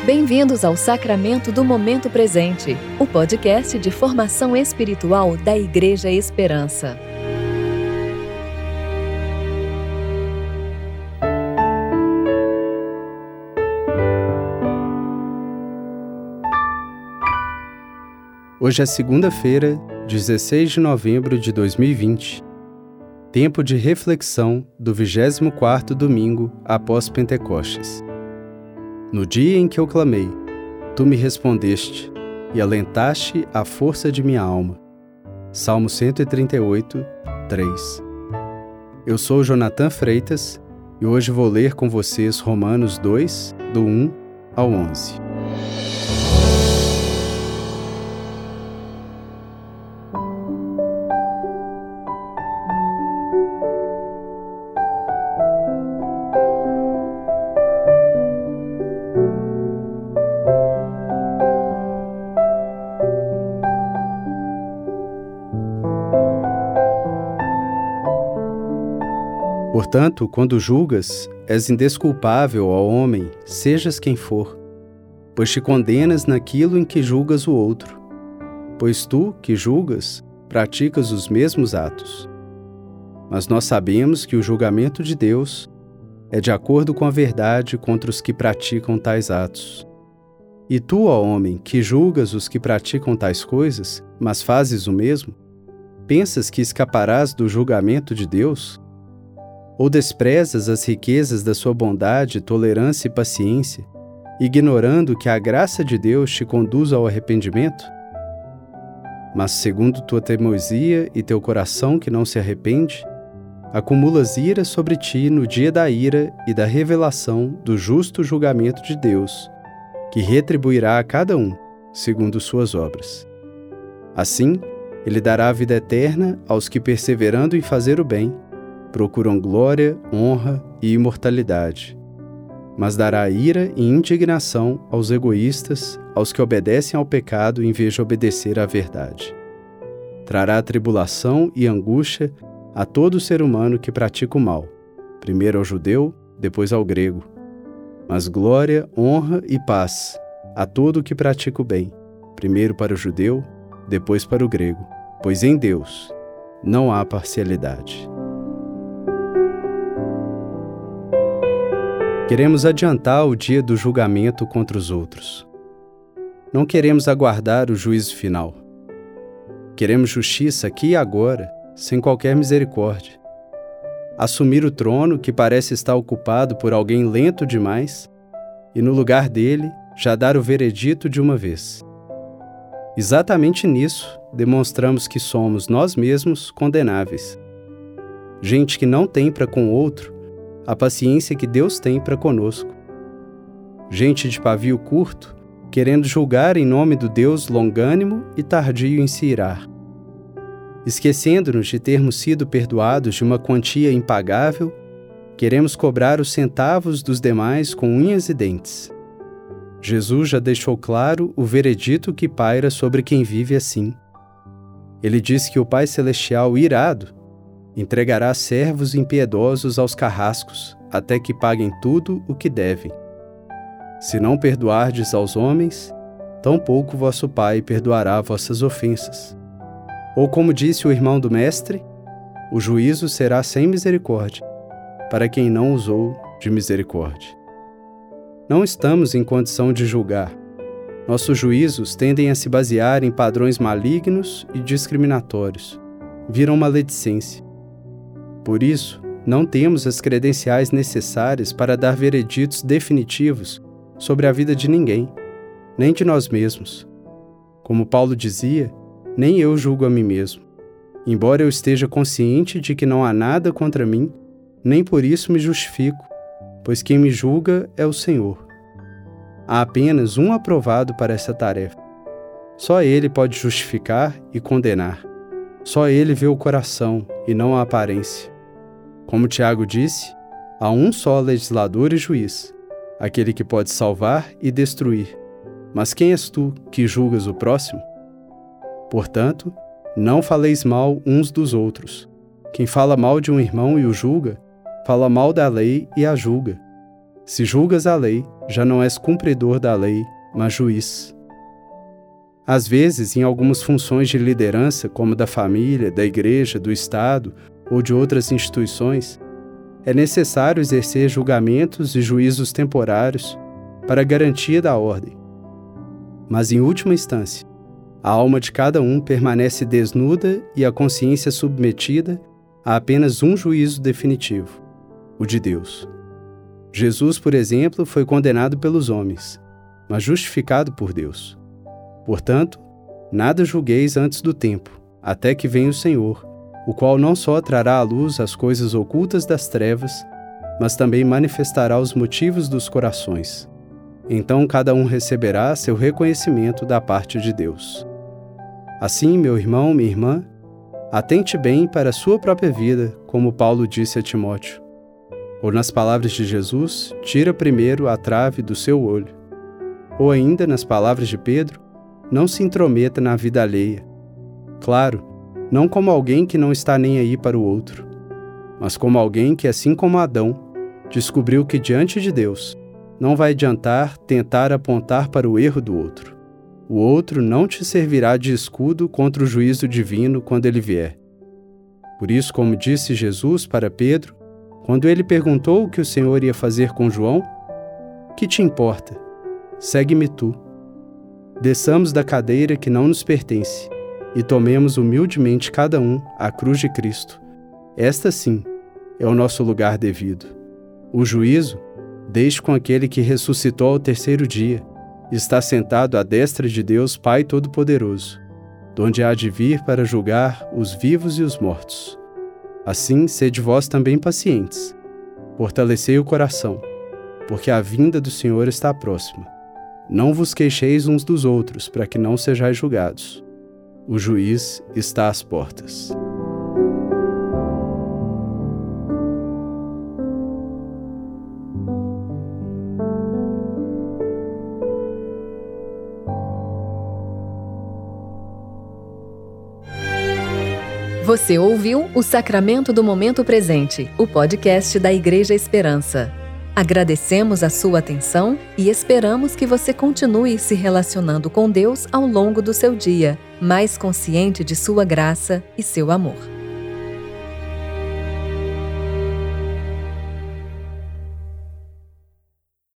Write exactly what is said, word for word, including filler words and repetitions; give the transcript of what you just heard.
Bem-vindos ao Sacramento do Momento Presente, o podcast de formação espiritual da Igreja Esperança. Hoje é segunda-feira, dezesseis de novembro de dois mil e vinte, tempo de reflexão do vigésimo quarto domingo após Pentecostes. No dia em que eu clamei, tu me respondeste e alentaste a força de minha alma. Salmo cento e trinta e oito, três. Eu sou Jonathan Freitas e hoje vou ler com vocês Romanos dois, do um ao onze. Portanto, quando julgas, és indesculpável ao homem, sejas quem for, pois te condenas naquilo em que julgas o outro, pois tu, que julgas, praticas os mesmos atos. Mas nós sabemos que o julgamento de Deus é de acordo com a verdade contra os que praticam tais atos. E tu, ó homem, que julgas os que praticam tais coisas, mas fazes o mesmo, pensas que escaparás do julgamento de Deus? Ou desprezas as riquezas da sua bondade, tolerância e paciência, ignorando que a graça de Deus te conduz ao arrependimento? Mas segundo tua teimosia e teu coração que não se arrepende, acumulas ira sobre ti no dia da ira e da revelação do justo julgamento de Deus, que retribuirá a cada um, segundo suas obras. Assim, ele dará a vida eterna aos que, perseverando em fazer o bem, procuram glória, honra e imortalidade, mas dará ira e indignação aos egoístas, aos que obedecem ao pecado em vez de obedecer à verdade. Trará tribulação e angústia a todo ser humano que pratica o mal, primeiro ao judeu, depois ao grego, mas glória, honra e paz a todo o que pratica o bem, primeiro para o judeu, depois para o grego, pois em Deus não há parcialidade. Queremos adiantar o dia do julgamento contra os outros. Não queremos aguardar o juízo final. Queremos justiça aqui e agora, sem qualquer misericórdia. Assumir o trono que parece estar ocupado por alguém lento demais e, no lugar dele, já dar o veredito de uma vez. Exatamente nisso, demonstramos que somos nós mesmos condenáveis. Gente que não tem para com o outro a paciência que Deus tem para conosco. Gente de pavio curto, querendo julgar em nome do Deus longânimo e tardio em se irar. Esquecendo-nos de termos sido perdoados de uma quantia impagável, queremos cobrar os centavos dos demais com unhas e dentes. Jesus já deixou claro o veredito que paira sobre quem vive assim. Ele diz que o Pai Celestial, irado, entregará servos impiedosos aos carrascos, até que paguem tudo o que devem. Se não perdoardes aos homens, tampouco vosso Pai perdoará vossas ofensas. Ou como disse o irmão do Mestre, o juízo será sem misericórdia, para quem não usou de misericórdia. Não estamos em condição de julgar. Nossos juízos tendem a se basear em padrões malignos e discriminatórios. Viram maledicência. Por isso, não temos as credenciais necessárias para dar vereditos definitivos sobre a vida de ninguém, nem de nós mesmos. Como Paulo dizia, nem eu julgo a mim mesmo. Embora eu esteja consciente de que não há nada contra mim, nem por isso me justifico, pois quem me julga é o Senhor. Há apenas um aprovado para essa tarefa. Só Ele pode justificar e condenar. Só Ele vê o coração e não a aparência. Como Tiago disse, há um só legislador e juiz, aquele que pode salvar e destruir. Mas quem és tu que julgas o próximo? Portanto, não faleis mal uns dos outros. Quem fala mal de um irmão e o julga, fala mal da lei e a julga. Se julgas a lei, já não és cumpridor da lei, mas juiz. Às vezes, em algumas funções de liderança, como da família, da igreja, do Estado ou de outras instituições, é necessário exercer julgamentos e juízos temporários para a garantia da ordem. Mas, em última instância, a alma de cada um permanece desnuda e a consciência submetida a apenas um juízo definitivo, o de Deus. Jesus, por exemplo, foi condenado pelos homens, mas justificado por Deus. Portanto, nada julgueis antes do tempo, até que venha o Senhor, o qual não só trará à luz as coisas ocultas das trevas, mas também manifestará os motivos dos corações. Então cada um receberá seu reconhecimento da parte de Deus. Assim, meu irmão, minha irmã, atente bem para a sua própria vida, como Paulo disse a Timóteo. Ou nas palavras de Jesus, tira primeiro a trave do seu olho. Ou ainda, nas palavras de Pedro, não se intrometa na vida alheia. Claro, não como alguém que não está nem aí para o outro, mas como alguém que, assim como Adão, descobriu que diante de Deus não vai adiantar tentar apontar para o erro do outro. O outro não te servirá de escudo contra o juízo divino quando ele vier. Por isso, como disse Jesus para Pedro, quando ele perguntou o que o Senhor ia fazer com João, que te importa? Segue-me tu. Desçamos da cadeira que não nos pertence e tomemos humildemente cada um a cruz de Cristo. Esta sim é o nosso lugar devido. O juízo deixe com aquele que ressuscitou ao terceiro dia e está sentado à destra de Deus Pai Todo-Poderoso, donde há de vir para julgar os vivos e os mortos. Assim, sede vós também pacientes. Fortalecei o coração, porque a vinda do Senhor está próxima. Não vos queixeis uns dos outros, para que não sejais julgados. O juiz está às portas. Você ouviu o Sacramento do Momento Presente, o podcast da Igreja Esperança. Agradecemos a sua atenção e esperamos que você continue se relacionando com Deus ao longo do seu dia, mais consciente de sua graça e seu amor.